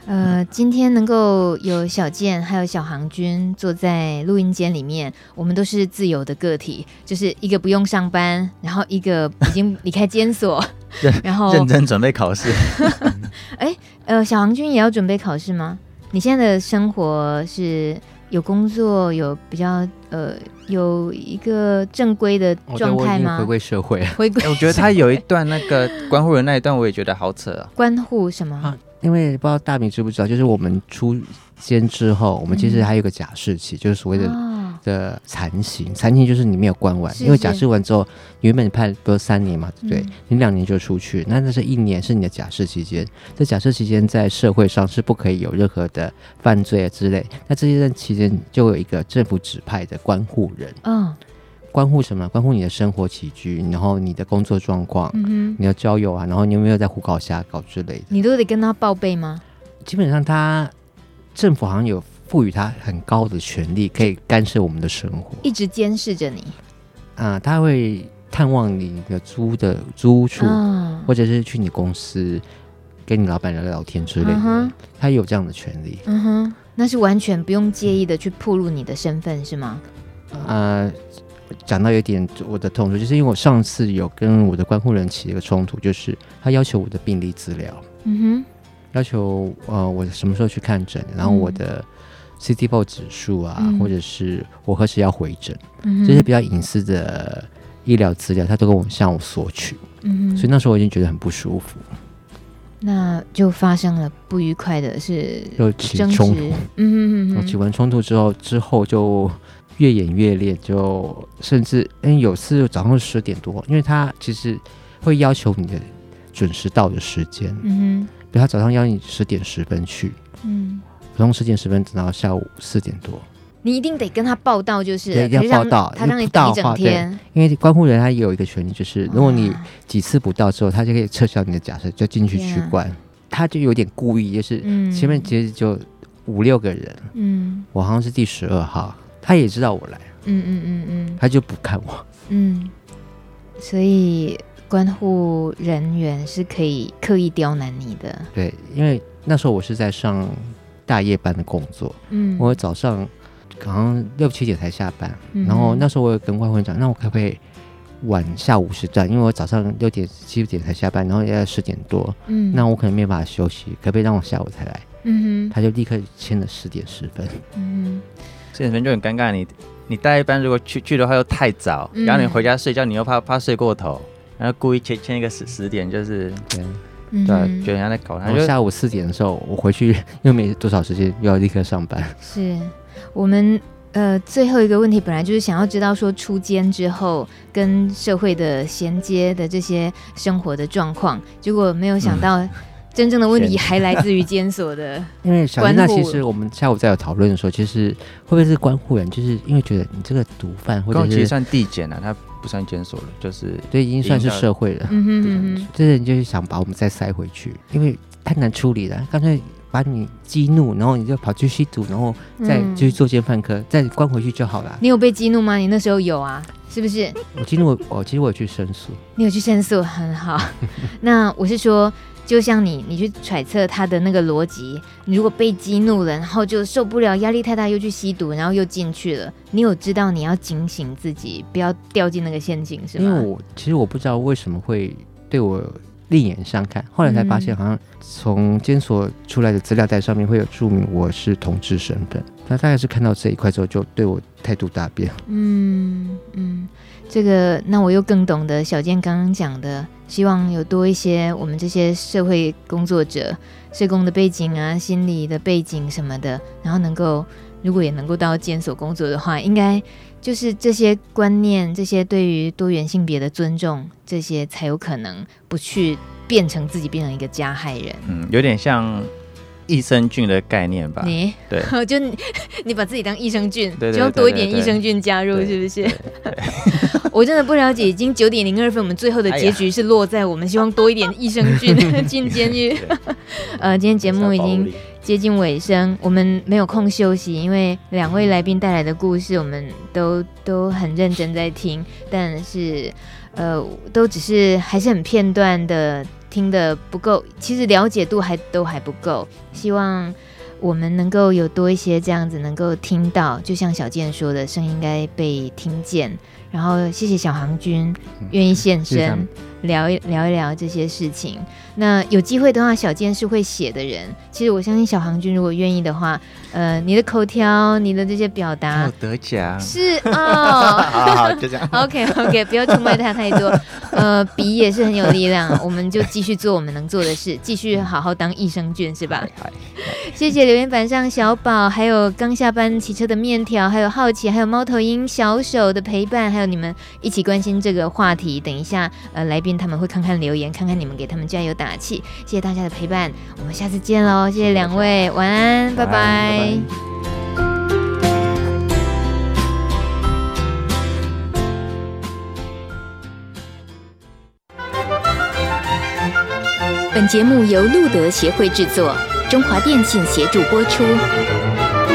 呃，今天能够有小健还有小航君坐在录音间里面，我们都是自由的个体，就是一个不用上班，然后一个已经离开监所，然后认真准备考试。 哎，呃，小航君也要准备考试吗？你现在的生活是有工作，有比较呃有一个正规的状态吗？ 哦、回归社会， 回归、 欸。我觉得他有一段那个关护人那一段，我也觉得好扯啊。 关护什么？啊因为不知道大明知不知道，就是我们出监之后，我们其实还有一个假释期，嗯、就是所谓的、哦、的残刑。残刑就是你没有关完，是是因为假释完之后，原本判不是三年嘛，对不对？嗯、你两年就出去，那那是一年是你的假释期间。这假释期间在社会上是不可以有任何的犯罪之类。那这些期间就有一个政府指派的关护人。嗯。关乎什么？关乎你的生活起居，然后你的工作状况，嗯、你的交友啊，然后你有没有在胡搞瞎搞之类的， 你都得跟他报备吗？ 基本上他政府好像有赋予他很高的权利，可以干涉我们的生活， 一直监视着你。 啊、呃，他会探望你的租的租屋处、哦，或者是去你公司跟你老板聊聊天之类的，嗯、他有这样的权利。 嗯哼，那是完全不用介意的去暴露你的身份是吗？ 呃。讲到有点我的痛处，就是因为我上次有跟我的关护人起一个冲突，就是他要求我的病历资料，嗯哼，要求呃我什么时候去看诊，然后我的 C T 四 指数啊、嗯，或者是我何时要回诊，嗯、这些比较隐私的医疗资料，他都跟我向我索取，嗯，所以那时候我已经觉得很不舒服， 那就发生了不愉快的是就起冲突，嗯哼哼哼，起完冲突之后之后就。越演越烈，就甚至嗯有次早上十点多，因为他其实会要求你的准时到的时间，嗯哼，比如他早上要你十点十分去，嗯，从十点十分等到下午四点多， 你一定得跟他报到，就是对，要报到， 他让你等一整天， 因为关护人他也有一个权利，就是如果你几次不到之后，他就可以撤销你的假设，就进去取关，他就有点故意，就是前面其实就五六个人，嗯，我好像是第十二号。他也知道我来，嗯嗯嗯嗯，他就不看我，嗯， 所以关护人员是可以刻意刁难你的， 对，因为那时候我是在上大夜班的工作，嗯，我早上好像六七点才下班，嗯、然后那时候我有跟关护人讲，那我可不可以晚下午时段，因为我早上六点七点才下班，然后要十点多，嗯，那我可能没有办法休息，可不可以让我下午才来？嗯哼，他就立刻签了十点十分，嗯哼。 十点就很尴尬，你你大一班如果去去的话又太早，嗯、然后你回家睡觉，你又怕怕睡过头，然后故意签签一个十十点，就是对，嗯、对，觉得人家在搞他。 然后下午四点的时候，我回去又没多少时间，又要立刻上班。 是我们呃最后一个问题，本来就是想要知道说出监之后跟社会的衔接的这些生活的状况，结果没有想到。嗯真正的问题还来自于监所的因为小那其实我们下午在有讨论的时候，其实会不会是关护人，就是因为觉得你这个毒贩或者是其实算地检啊，他不算监所了，就是对，已经算是社会了。嗯哼嗯哼，这人就是想把我们再塞回去，因为太难处理了，干脆把你激怒，然后你就跑去吸毒，然后再就去做奸犯科，嗯、再关回去就好了。 你有被激怒吗？你那时候有啊？是不是？ 我激怒我，其实我有去申诉。 你有去申诉，很好。那我是说。就像你，你去揣测他的那个逻辑，你如果被激怒了，然后就受不了，压力太大，又去吸毒，然后又进去了，你有知道你要警醒自己，不要掉进那个陷阱，是吗？ 因为我其实我不知道为什么会对我另眼相看，后来才发现，好像从监所出来的资料袋上面会有注明我是同志身份，他大概是看到这一块之后，就对我态度大变。 嗯嗯。这个，那我又更懂得小健刚刚讲的，希望有多一些我们这些社会工作者、社工的背景啊、心理的背景什么的，然后能够，如果也能够到监所工作的话，应该就是这些观念、这些对于多元性别的尊重，这些才有可能不去变成自己变成一个加害人。 嗯，有点像益生菌的概念吧？ 你对， 就 你, 你把自己当益生菌，希望多一点益生菌加入，是不是？我真的不了解，已经九点零二分，我们最后的结局是落在我们希望多一点益生菌进监狱。呃，今天节目已经接近尾声，我们没有空休息，因为两位来宾带来的故事，我们都都很认真在听，但是呃，都只是还是很片段的听得不够，其实了解度还都还不够，希望我们能够有多一些这样子能够听到，就像小健说的，声音应该被听见。然后谢谢小航君愿意现身聊一聊一聊这些事情。那有机会的话，小健是会写的人，其实我相信小航君如果愿意的话，呃，你的口条，你的这些表达， 有得奖是哦， 好好就这样。 OK OK， 不要出卖他太多。呃，笔也是很有力量，我们就继续做我们能做的事，继续好好当益生菌，是吧？谢谢留言板上小宝，还有刚下班骑车的面条，还有好奇，还有猫头鹰小手的陪伴，还有你们一起关心这个话题。等一下，呃，来宾他们会看看留言，看看你们给他们加油打气。谢谢大家的陪伴，我们下次见喽！谢谢两位，晚安，拜拜。拜拜。本节目由路德协会制作，中华电信协助播出。